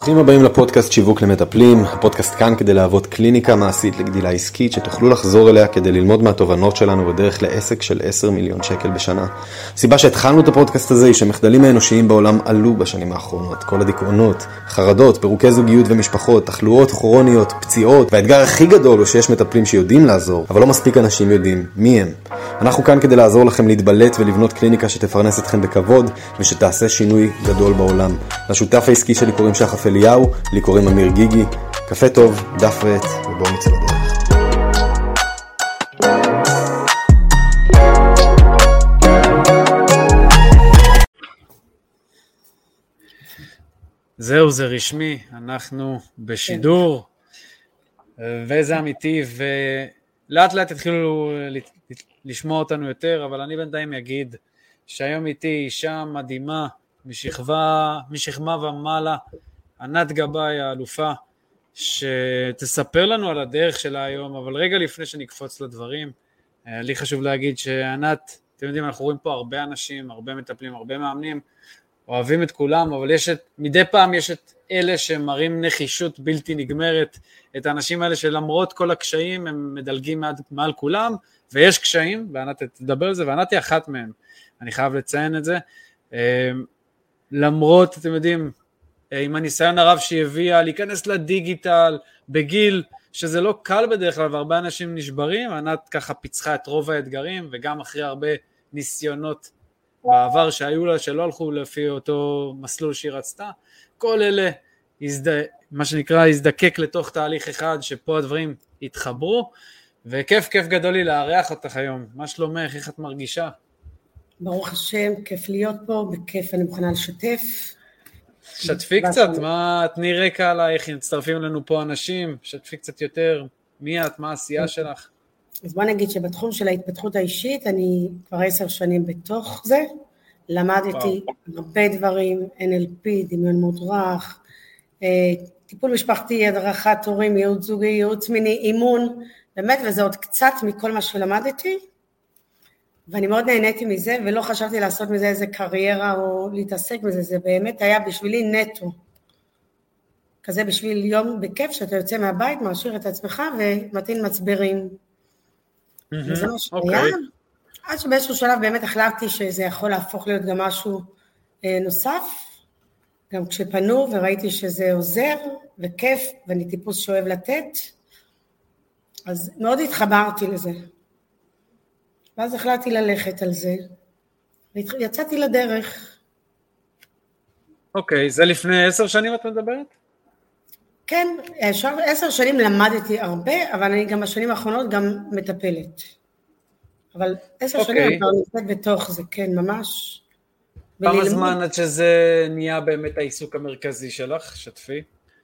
ברוכים הבאים לפודקאסט שיווק למטפלים. הפודקאסט כאן כדי להוות קליניקה מעשית לגדילה עסקית שתוכלו לחזור אליה כדי ללמוד מהתובנות שלנו בדרך לעסק של 10 מיליון שקל בשנה. הסיבה שהתחלנו את הפודקאסט הזה היא שמחדלים האנושיים בעולם עלו בשנים האחרונות. כל הדיכאונות, חרדות, פירוקי זוגיות ומשפחות, תחלואות כרוניות, פציעות, והאתגר הכי גדול הוא שיש מטפלים שיודעים לעזור, אבל לא מספיק אנשים יודעים מי הם. אנחנו כאן כדי לעזור לכם להתבלט ולבנות קליניקה שתפרנס אתכם בכבוד ושתעשה שינוי גדול בעולם. לשותף העסקי שלי קוראים שחף אליהו, לי קוראים אמיר גיגי. קפה טוב, דף ועט, ובואו נצא לדרך. זהו, זה רשמי, אנחנו בשידור, וזה אמיתי, ולאט לאט התחילו לשמוע אותנו יותר, אבל אני בינתיים אגיד שהיום איתי אישה מדהימה, משכמה ומעלה, ענת גבאי האלופה, שתספר לנו על הדרך שלה היום, אבל רגע לפני שנקפוץ לדברים, לי חשוב להגיד שענת, אתם יודעים, אנחנו רואים פה הרבה אנשים, הרבה מטפלים, הרבה מאמנים, אוהבים את כולם, אבל מדי פעם יש את אלה שמראים נחישות בלתי נגמרת, את האנשים האלה שלמרות כל הקשיים הם מדלגים מעל כולם, ויש קשיים, וענת תדבר על זה, וענת היא אחת מהם, אני חייב לציין את זה, למרות, אתם יודעים, עם הניסיון הרב שהיא הביאה, להיכנס לדיגיטל, בגיל שזה לא קל בדרך כלל, והרבה אנשים נשברים, ענת ככה פיצחה את רוב האתגרים, וגם אחרי הרבה ניסיונות בעבר שהיו לה, שלא הלכו לפי אותו מסלול שהיא רצתה, כל אלה, מה שנקרא, הזדקק לתוך תהליך אחד, שפה הדברים התחברו, וכיף גדול לי לארח אותך היום. מה שלומך? איך את מרגישה? ברוך השם, כיף להיות פה, בכיף אני מוכנה לשתף. שתפי קצת, תני רקע עלייך, מצטרפים לנו פה אנשים, שתפי קצת יותר, מי את, מה העשייה שלך? אז בוא נגיד שבתחום של ההתפתחות האישית, אני כבר 10 שנים בתוך זה, למדתי הרבה דברים, NLP, דמיון מודרך, טיפול משפחתי, הדרכת הורים, ייעוץ זוגי, ייעוץ מיני, אימון, באמת, וזה עוד קצת מכל מה שלמדתי, ואני מאוד נהניתי מזה, ולא חשבתי לעשות מזה איזה קריירה או להתעסק מזה, זה באמת היה בשבילי נטו, כזה בשביל יום בכיף שאתה יוצא מהבית, מעשיר את עצמך ומתאים מצברים, וזה מה שהיה, עד שבאיזשהו שלב באמת החלטתי שזה יכול להפוך להיות גם משהו נוסף, גם כשפנו וראיתי שזה עוזר וכיף, ואני טיפוס שאוהב לתת, אז מאוד התחברתי לזה. ואז החלטתי ללכת על זה, ויצאתי לדרך. אוקיי, זה לפני 10 שנים את מדברת? כן, 10 שנים למדתי הרבה, אבל אני גם בשנים האחרונות גם מטפלת. אבל 10 שנים אני כבר נמצאת בתוך זה, כן, ממש. כמה זמן עד שזה נהיה באמת העיסוק המרכזי שלך, שתפי?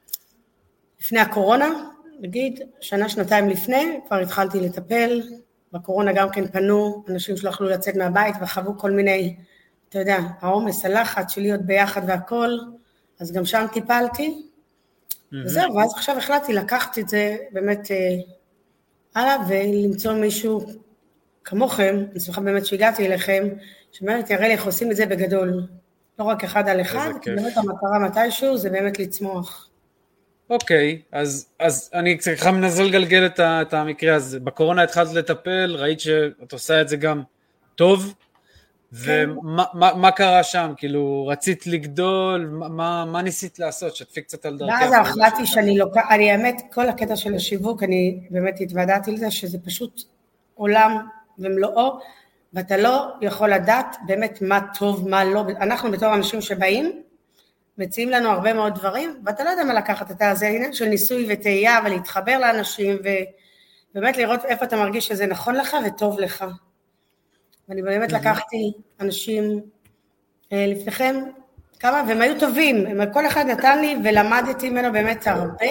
לפני הקורונה, נגיד, שנתיים לפני, כבר התחלתי לטפל, בקורונה גם כן פנו, אנשים שלא יכלו לצאת מהבית, וחוו כל מיני, אתה יודע, העומס, הלחץ של להיות ביחד והכל, אז גם שם טיפלתי, וזהו, ואז עכשיו החלטתי לקחת את זה באמת הלאה, ולמצוא מישהו כמוכם, אני שמחה באמת שהגעתי אליכם, שבאמת יראה לי איך עושים את זה בגדול, לא רק אחד על אחד, כי באמת המטרה מתישהו זה באמת לצמוח. אוקיי, אז אני ככה מנסה לגלגל את המקרה הזה. בקורונה התחלת לטפל, ראית שאת עושה את זה גם טוב, ומה קרה שם? כאילו, רצית לגדול, מה ניסית לעשות? שתפי קצת על דרכך. ואז החלטתי אני האמת, כל הקטע של השיווק, אני באמת התוודעתי לזה, שזה פשוט עולם ומלואו, ואתה לא יכול לדעת באמת מה טוב, מה לא. אנחנו בתור אנשים שבאים, מציעים לנו הרבה מאוד דברים, ואתה לא יודע מה לקחת, זה העניין של ניסוי וטעייה, ולהתחבר לאנשים, ובאמת לראות איפה אתה מרגיש שזה נכון לך וטוב לך. ואני באמת לקחתי אנשים לפניכם, כמה, והם היו טובים, כל אחד נתן לי, ולמדתי ממנו באמת הרבה,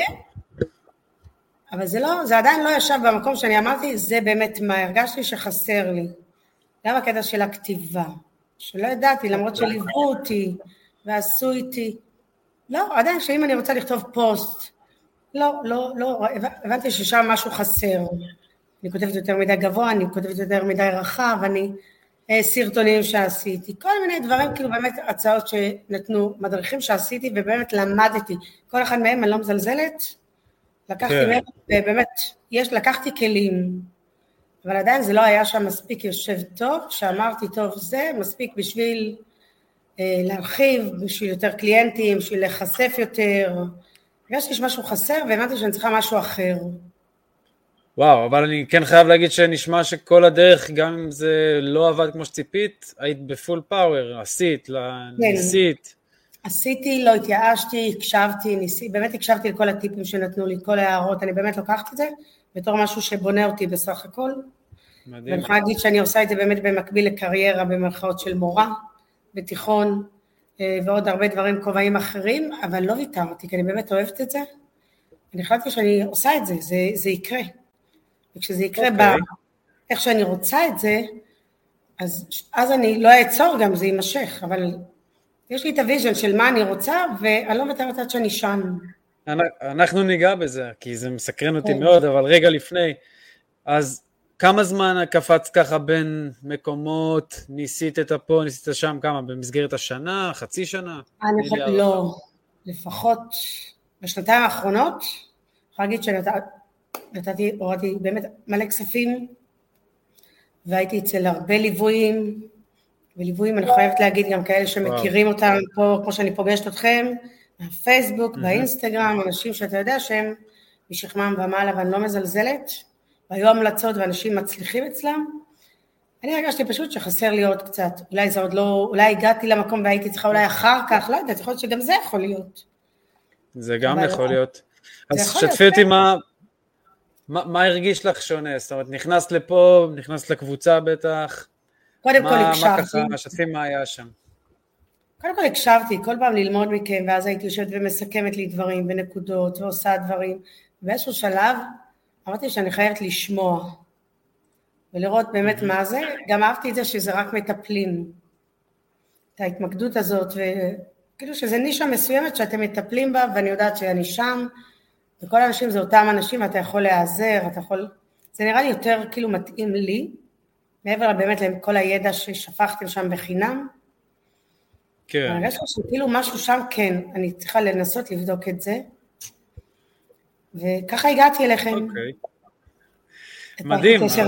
אבל זה עדיין לא ישב במקום שאני אמרתי, זה באמת מה הרגשתי שחסר לי. גם הקטע של הכתיבה, שלא ידעתי, למרות שליוו אותי, ועשו איתי, לא, עדיין שאם אני רוצה לכתוב פוסט, לא, הבנתי ששם משהו חסר, אני כותבת יותר מדי גבוה, אני כותבת יותר מדי רחב, סרטונים שעשיתי, כל מיני דברים, כאילו באמת הצעות שנתנו, מדריכים שעשיתי ובאמת למדתי, כל אחד מהם אני לא מזלזלת, לקחתי מהם, ובאמת, לקחתי כלים, אבל עדיין זה לא היה שם מספיק יושב טוב, שאמרתי טוב זה מספיק בשביל להרחיב, בשביל יותר קליינטים, בשביל לחשף יותר, יש משהו חסר והאמנתי שאני צריכה משהו אחר. וואו, אבל אני כן חייב להגיד שנשמע שכל הדרך, גם אם זה לא עבד כמו שציפית, היית בפול פאוור, עשית, ניסית. עשיתי, לא התייאשתי, הקשבתי, באמת הקשבתי לכל הטיפים שנתנו לי, כל ההערות, אני באמת לוקחת את זה, בתור משהו שבונה אותי בסך הכל. מדהים. ואני יכולה להגיד שאני עושה את זה באמת במקביל לקריירה, במרכאות של מורה, בתיכון, ועוד הרבה דברים קובעים אחרים, אבל לא ויתרתי, כי אני באמת אוהבת את זה. אני החלטתי שאני עושה את זה, זה יקרה. וכשזה יקרה איך שאני רוצה את זה, אז אני לא אעצור גם, זה יימשך, אבל יש לי את הוויז'ן של מה אני רוצה, ואני לא מתארת עד שאני שם. אנחנו ניגע בזה, כי זה מסקרן אותי מאוד, אבל רגע לפני, אז כמה זמן קפץ ככה בין מקומות, ניסית את פה, ניסית שם, כמה, במסגרת השנה, חצי שנה? לא, לפחות בשנתיים האחרונות, אני יכולה להגיד הורדתי באמת מלא כספים, והייתי אצל הרבה ליוויים, וליוויים אני חייבת להגיד גם כאלה שמכירים אותם פה, כמו שאני פוגשת אתכם, בפייסבוק, באינסטגרם, אנשים שאתה יודע שהם משכמם ומעלה, ואני לא מזלזלת, והיו המלצות ואנשים מצליחים אצלם, אני הרגשתי פשוט שחסר לי עוד קצת, אולי זה עוד לא, אולי הגעתי למקום והייתי צריכה אולי אחר כך, לא יודעת, יכול להיות שגם זה יכול להיות. זה גם יכול להיות. אז שתפי אותי מה הרגיש לך שונה? זאת אומרת, נכנסת לפה, נכנסת לקבוצה בטח, קודם כל הקשבתי. מה ככה, שתפים מה היה שם? קודם כל הקשבתי, כל פעם ללמוד מכם, ואז הייתי יושבת ומסכמת לי דברים ונקודות, ועושה דברים, ובאיזשהו שלב אמרתי שאני חייבת לשמוע, ולראות באמת מה זה, גם אהבתי את זה שזה רק מטפלים, את ההתמקדות הזאת, וכאילו שזה נישה מסוימת שאתם מטפלים בה, ואני יודעת שאני שם, וכל האנשים זה אותם אנשים, ואתה יכול להיעזר, זה נראה לי יותר כאילו מתאים לי, מעבר באמת לכל הידע ששפכתם שם בחינם, כן. אני חושבת שכאילו משהו שם כן, אני צריכה לנסות לבדוק את זה, וככה הגעתי אליכם. אוקיי. מדהים, אז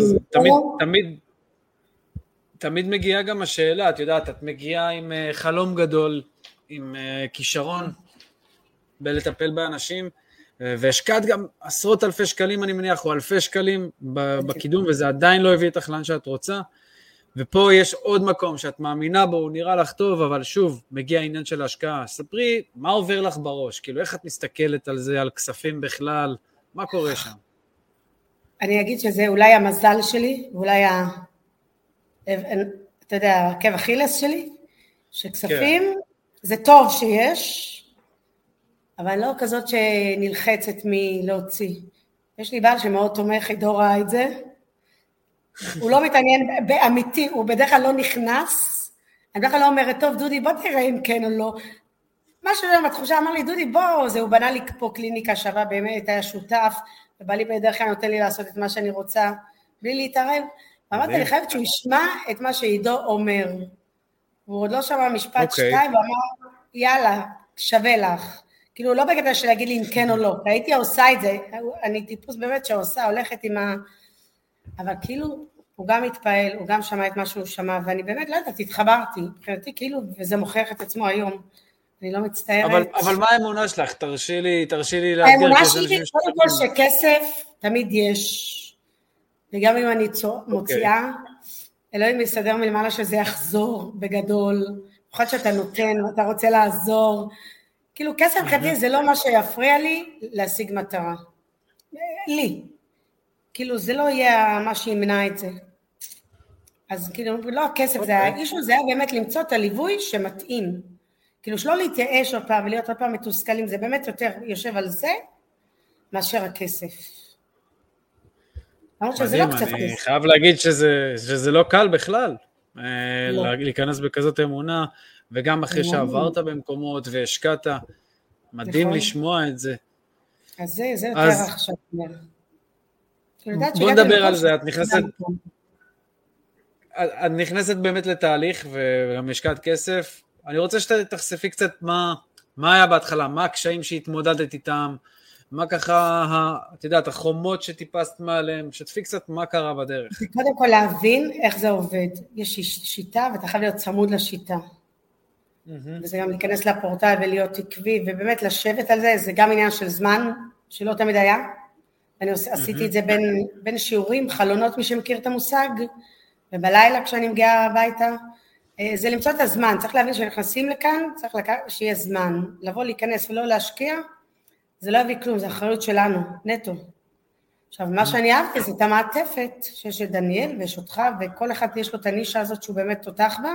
תמיד מגיעה גם השאלה, את יודעת, את מגיעה עם חלום גדול, עם כישרון בלטפל באנשים, והשקעת גם עשרות אלפי שקלים, אני מניח, או אלפי שקלים בקידום, וזה עדיין לא הביא את החלן שאת רוצה, ופה יש עוד מקום שאת מאמינה בו, הוא נראה לך טוב, אבל שוב, מגיע העניין של ההשקעה. ספרי, מה עובר לך בראש? כאילו, איך את מסתכלת על זה, על כספים בכלל? מה קורה שם? אני אגיד שזה אולי המזל שלי, ואולי אתה יודע, עקב אכילס שלי, שכספים זה טוב שיש, אבל לא כזאת שנלחצת מלהוציא. יש לי בעל שמאוד תומך, עידו ראה את זה, הוא לא מתעניין באמיתי, הוא בדרך כלל לא נכנס, אני בדרך כלל לא אומרת, טוב דודי בוא תראה אם כן או לא, משהו לא בתחושה, אמר לי דודי בוא, הוא בנה לי פה קליניקה שווה, באמת היה שותף, ובא לי בדרך כלל נותן לי לעשות את מה שאני רוצה, בלי להתערב, ואמרתי אני חייבת שהוא ישמע את מה שעידו אומר, הוא עוד לא שמע משפט שתיים, ואמר יאללה, שווה לך, כאילו לא בקטע של להגיד לי אם כן או לא, הייתי עושה את זה, אני טיפוס באמת שעושה, הולכת עם אבל כאילו הוא גם התפעל, הוא גם שמע את מה שהוא שמע, ואני באמת לא יודעת, התחברתי, מבחינתי כאילו, וזה מוכיח את עצמו היום, אני לא מצטערת. אבל מה האמונה שלך? תרשי לי להגדיר. האמונה שלי, קודם כל שכסף תמיד יש, וגם אם אני מוציאה, אלוהים יסדר מלמעלה שזה יחזור בגדול, בכל שאתה נותן, ואתה רוצה לעזור, כאילו כסף מבחינתי זה לא מה שיפריע לי להשיג מטרה, לי. כאילו זה לא יהיה מה שימנע את זה. אז כאילו לא הכסף, זה האישו, זה היה באמת למצוא את הליווי שמתאים. כאילו שלא להתייאש עוד פעם ולהיות עוד פעם מתוסכלים, זה באמת יותר יושב על זה מאשר הכסף. מדהים, אני חייב להגיד שזה לא קל בכלל, להיכנס בכזאת אמונה, וגם אחרי שעברת במקומות והשקעת, מדהים לשמוע את זה. אז זה יותר עכשיו. בוא נדבר על זה, את נכנסת באמת לתהליך וגם השקעת כסף, אני רוצה שתחשפי קצת מה היה בהתחלה, מה הקשיים שהתמודדת איתם, מה ככה, את יודעת, החומות שטיפסת מעליהם, שתפי קצת מה קרה בדרך. קודם כל להבין איך זה עובד, יש שיטה ואתה חייב להיות צמוד לשיטה, וזה גם להיכנס לפורטל ולהיות עקבי, ובאמת לשבת על זה, זה גם עניין של זמן, שלא תמיד היה, אני עשיתי את זה בין שיעורים, חלונות מי שמכיר את המושג, ובלילה כשאני מגיעה הביתה, זה למצוא את הזמן, צריך להבין שנכנסים לכאן, צריך שיהיה זמן, לבוא להיכנס ולא להשקיע, זה לא יביא כלום, זה אחריות שלנו, נטו. עכשיו, מה שאני אהבתי זה את המעטפת, שיש את דניאל ויש אותך, וכל אחד יש לו את הנישה הזאת שהוא באמת תותח בה,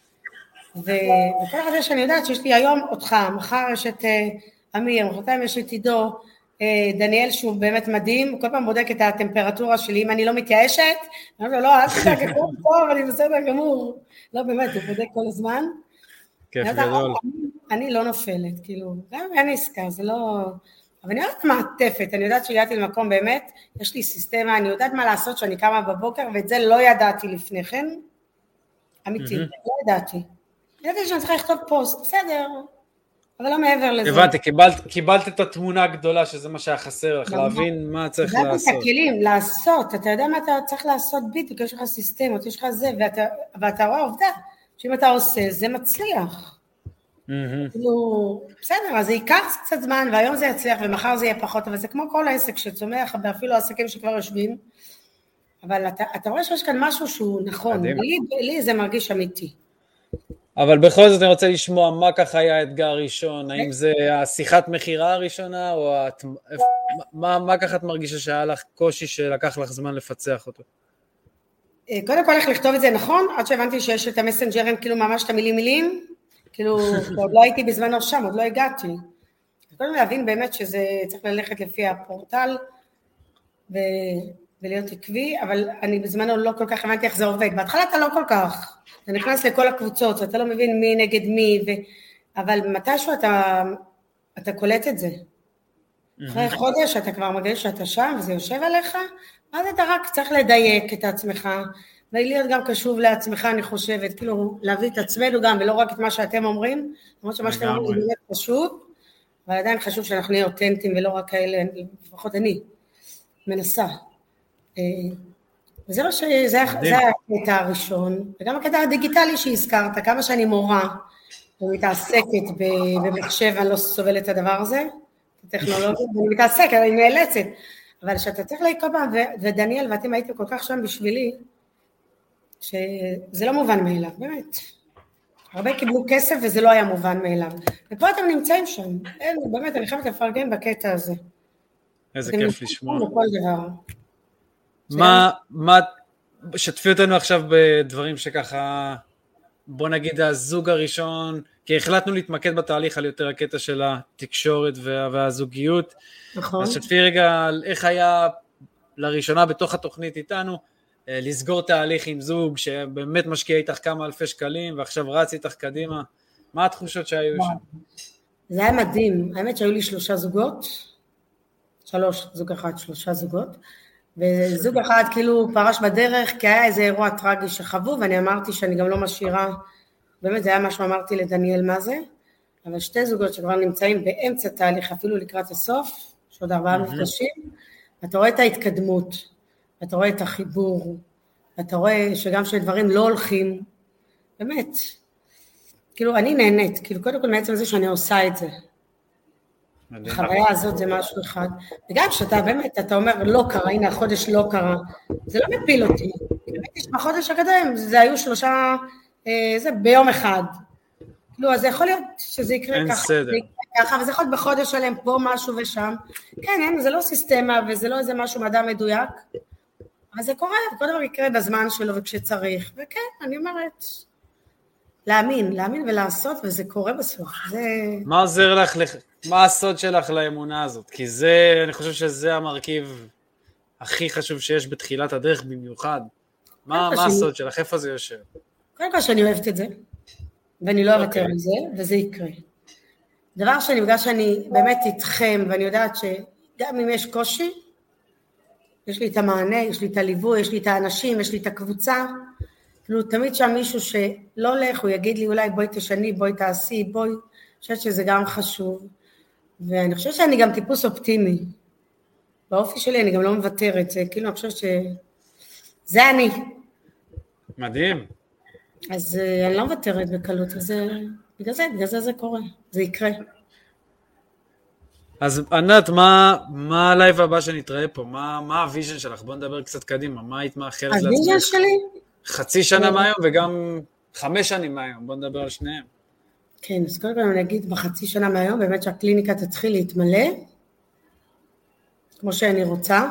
וכל אחד שאני יודעת שיש לי היום אותך, מחר יש את אמיר, מחרתיים יש את עידו, דניאל שהוא באמת מדהים, הוא כל פעם בודק את הטמפרטורה שלי, אם אני לא מתייאשת, אני אומר לו, לא, אל תדאג, הכל טוב, אני בסדר גמור. לא, באמת, הוא בודק כל הזמן. כיף גדול. אני לא נופלת, כאילו, גם אין עסקה, זה לא... אבל אני יודעת מעטפת, אני יודעת שהגעתי למקום באמת, יש לי סיסטמה, אני יודעת מה לעשות שאני קמה בבוקר, ואת זה לא ידעתי לפני כן, אמיתי, לא ידעתי. ידעתי שאני צריכה לכתוב פוסט, בסדר, אבל לא מעבר לזה. הבנתי, קיבלת את התמונה הגדולה, שזה מה שהיה חסר לך, להבין מה צריך לעשות. קיבלתי את הכלים, לעשות, אתה יודע מה אתה צריך לעשות בדיוק, יש לך סיסטמות, יש לך זה, ואתה רואה עובדה, שאם אתה עושה, זה מצליח. כאילו, בסדר, אז זה ייקח קצת זמן, והיום זה יצליח, ומחר זה יהיה פחות, אבל זה כמו כל העסק שצומח, ואפילו העסקים שכבר יושבים, אבל אתה רואה שיש כאן משהו שהוא נכון, לי זה מרגיש אמיתי. אבל בכל זאת אני רוצה לשמוע מה ככה היה האתגר הראשון, האם זה השיחת מחירה הראשונה, או מה ככה את מרגישה שהיה לך קושי שלקח לך זמן לפצח אותו? קודם כל איך לכתוב את זה נכון, עד שהבנתי שיש את המסנג'רים, כאילו ממש את המילים, כאילו עוד לא הייתי בזמנו שם, עוד לא הגעתי. קודם להבין באמת שזה צריך ללכת לפי הפורטל, ולהיות עקבי, אבל אני בזמנו לא כל כך הבנתי איך זה עובד. בהתחלה אתה לא כל כך, אתה נכנס לכל הקבוצות, אתה לא מבין מי נגד מי, אבל מתישהו אתה קולט את זה. אחרי חודש אתה כבר מגלה שאתה שם, וזה יושב עליך, אז אתה רק צריך לדייק את עצמך, ולהיות גם קשוב לעצמך, אני חושבת, כאילו להביא את עצמנו גם, ולא רק את מה שאתם אומרים, למרות שמה שאתם אומרים זה באמת חשוב, אבל עדיין חשוב שאנחנו נהיה אותנטיים, ולא רק כאלה, לפחות אני מנסה. וזה לא שזה הקטע הראשון, וגם הקטע הדיגיטלי שהזכרת, כמה שאני מורה, ומתעסקת במחשב, אני לא סובלת את הדבר הזה, טכנולוגיה, ואני מתעסקת, אני נאלצת, אבל שאתה צריך להיקום, ודניאל ואתם הייתם כל כך שם בשבילי, שזה לא מובן מאליו, באמת. הרבה קיבלו כסף וזה לא היה מובן מאליו. ופה אתם נמצאים שם, אין, באמת, אני חייבת לפרגן בקטע הזה. איזה כיף לשמוע. בכל דבר. מה, שתפי אותנו עכשיו בדברים שככה, בוא נגיד הזוג הראשון, כי החלטנו להתמקד בתהליך על יותר הקטע של התקשורת והזוגיות. נכון. אז שתפי רגע על איך היה לראשונה בתוך התוכנית איתנו, לסגור תהליך עם זוג שבאמת משקיע איתך כמה אלפי שקלים, ועכשיו רץ איתך קדימה. מה התחושות שהיו שם? זה היה מדהים. האמת שהיו לי 3 זוגות, 3, זוג אחד, 3 זוגות, וזוג אחד כאילו פרש בדרך, כי היה איזה אירוע טרגי שחוו, ואני אמרתי שאני גם לא משאירה, באמת זה היה מה שאמרתי לדניאל מה זה, אבל 2 זוגות שכבר נמצאים באמצע תהליך, אפילו לקראת הסוף, יש עוד 4 מפגשים, אתה רואה את ההתקדמות, אתה רואה את החיבור, אתה רואה שגם שדברים לא הולכים, באמת, כאילו אני נהנית, כאילו קודם כל מעצם זה שאני עושה את זה, החוויה הזאת זה משהו אחד, וגם שאתה באמת, אתה אומר לא קרה, הנה החודש לא קרה, זה לא מפיל אותי, באמת בחודש הקודם, זה היו 3, זה ביום אחד, כאילו אז זה יכול להיות שזה יקרה ככה, וזה יכול להיות בחודש שלהם פה משהו ושם, כן, זה לא סיסטמה וזה לא איזה משהו מדע מדויק, אבל זה קורה, כל דבר יקרה בזמן שלו וכשצריך, וכן, אני אומרת, להאמין ולעשות, וזה קורה בסוף. מה עוזר לך, מה הסוד שלך לאמונה הזאת? כי זה, אני חושב שזה המרכיב הכי חשוב שיש בתחילת הדרך במיוחד. מה הסוד שלך? איפה זה יושב? קודם כל שאני אוהבת את זה, ואני לא אוהבת על זה, וזה יקרה. דבר שאני בגלל שאני באמת איתכם, ואני יודעת שגם אם יש קושי, יש לי את המענה, יש לי את הליווי, יש לי את האנשים, יש לי את הקבוצה, כאילו תמיד שם מישהו שלא הולך, הוא יגיד לי אולי בואי תשני, בואי תעשי, בואי, אני חושבת שזה גם חשוב, ואני חושבת שאני גם טיפוס אופטימי, באופי שלי אני גם לא מוותרת, זה כאילו אני חושבת שזה אני. מדהים. אז אני לא מוותרת בקלות, בגלל זה קורה, זה יקרה. אז ענת, מה הלייב הבא שנתראה פה? מה הוויז'ן שלך? בוא נדבר קצת קדימה, מה היית מאחרת לעצמך? הוויז'ן שלי? חצי שנה מהיום וגם 5 שנים מהיום, בוא נדבר על שניהם. כן, אז קודם כל אני אגיד בחצי שנה מהיום, באמת שהקליניקה תתחיל להתמלא, כמו שאני רוצה,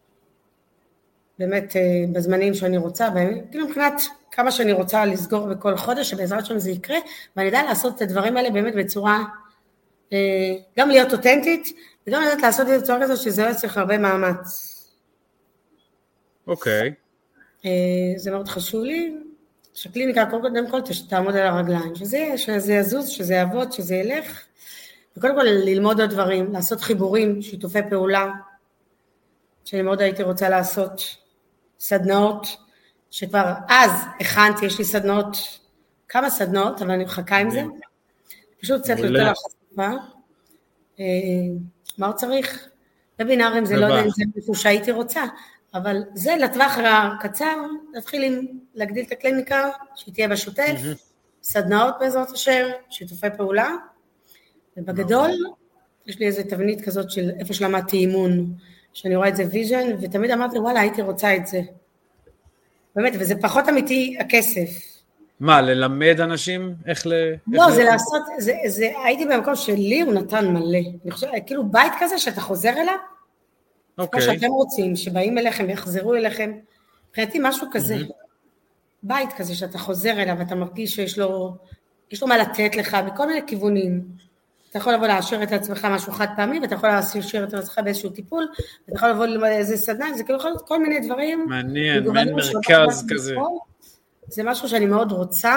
באמת בזמנים שאני רוצה, כאילו מבחינת כמה שאני רוצה לסגור בכל חודש, שבעזרת שם זה יקרה, ואני יודע לעשות את הדברים האלה באמת בצורה, גם להיות אותנטית, וגם לדעת לעשות את זה בצורה כזו, שזה לא צריך הרבה מאמץ. אוקיי. זה מאוד חשוב לי, שקליניקה קודם כל תעמוד על הרגליים, שזה יזוז, שזה יעבוד, שזה ילך, וקודם כל ללמוד עוד דברים, לעשות חיבורים, שיתופי פעולה, שאני מאוד הייתי רוצה לעשות סדנאות, שכבר אז הכנתי, יש לי סדנאות, כמה סדנאות, אבל אני מחכה עם זה, פשוט קצת יותר לחשיפה, מה הוא צריך? ובינארים זה לא יודע אם זה משהו שהייתי רוצה, אבל זה לטווח הקצר, להתחיל להגדיל את הקליניקה, שהיא תהיה בשוטף, סדנאות בעזרת השם, שיתופי פעולה, ובגדול, יש לי איזו תבנית כזאת של איפה שלמדתי אימון, שאני רואה את זה ויז'ן, ותמיד אמרתי, וואלה, הייתי רוצה את זה. באמת, וזה פחות אמיתי הכסף. מה, ללמד אנשים איך לא, זה לעשות, הייתי במקום שלי, הוא נתן מלא. אני חושבת, כאילו בית כזה שאתה חוזר אליו, כמו שאתם רוצים, שבאים אליכם ויחזרו אליכם, מבחינתי משהו כזה, בית כזה שאתה חוזר אליו, ואתה מרגיש שיש לו מה לתת לך בכל מיני כיוונים. אתה יכול לבוא לאשר את עצמך משהו חד פעמי, ואתה יכול לאשר את עצמך באיזשהו טיפול, ואתה יכול לבוא לאיזה סדנה, זה כאילו יכול להיות כל מיני דברים. מעניין, מעין מרכז כזה. זה משהו שאני מאוד רוצה,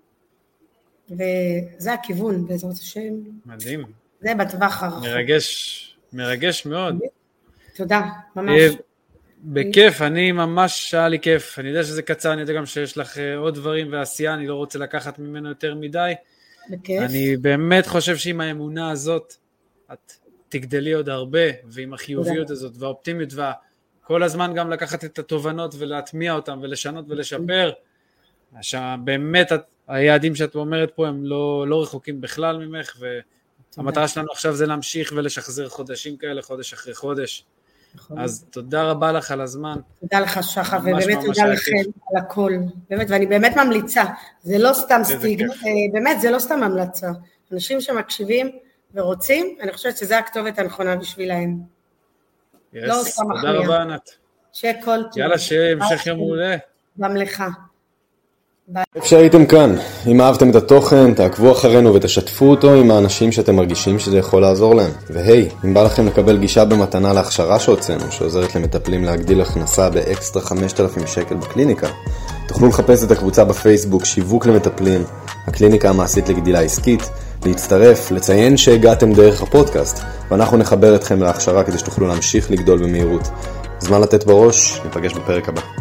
וזה הכיוון בעזרת השם. מדהים. זה בטווח הרחוק. מרגש מאוד. תודה, ממש. בכיף, אני ממש, היה לי כיף. אני יודע שזה קצר, אני יודע גם שיש לך עוד דברים ועשייה, אני לא רוצה לקחת ממנו יותר מדי. בכיף. אני באמת חושב שעם האמונה הזאת, את תגדלי עוד הרבה, ועם החיוביות הזאת, והאופטימיות, וכל הזמן גם לקחת את התובנות ולהטמיע אותם, ולשנות ולשפר. באמת היעדים שאת אומרת פה הם לא רחוקים בכלל ממך, והמטרה שלנו עכשיו זה להמשיך ולשחזר חודשים כאלה, חודש אחרי חודש. אז תודה רבה לך על הזמן. תודה לך שחר, ובאמת תודה לכם על הכל. באמת, ואני באמת ממליצה, זה לא סתם סטיגמה, באמת זה לא סתם המלצה. אנשים שמקשיבים ורוצים, אני חושבת שזה הכתובת הנכונה בשבילהם. לא סתם מחמיא. תודה רבה ענת. שיהיה כל טוב. יאללה, שיהיה המשך יום מעולה. גם לך. שהייתם כאן. אם אהבתם את התוכן, תעקבו אחרינו ותשתפו אותו עם האנשים שאתם מרגישים שזה יכול לעזור להם. והי, אם בא לכם לקבל גישה במתנה להכשרה שהוצאנו, שעוזרת למטפלים להגדיל הכנסה באקסטרה 5,000 שקל בקליניקה, תוכלו לחפש את הקבוצה בפייסבוק שיווק למטפלים, הקליניקה המעשית לגדילה עסקית, להצטרף, לציין שהגעתם דרך הפודקאסט, ואנחנו נחבר אתכם להכשרה כדי שתוכלו להמשיך לגדול במהירות. זמן לתת בראש, ניפגש בפרק הבא.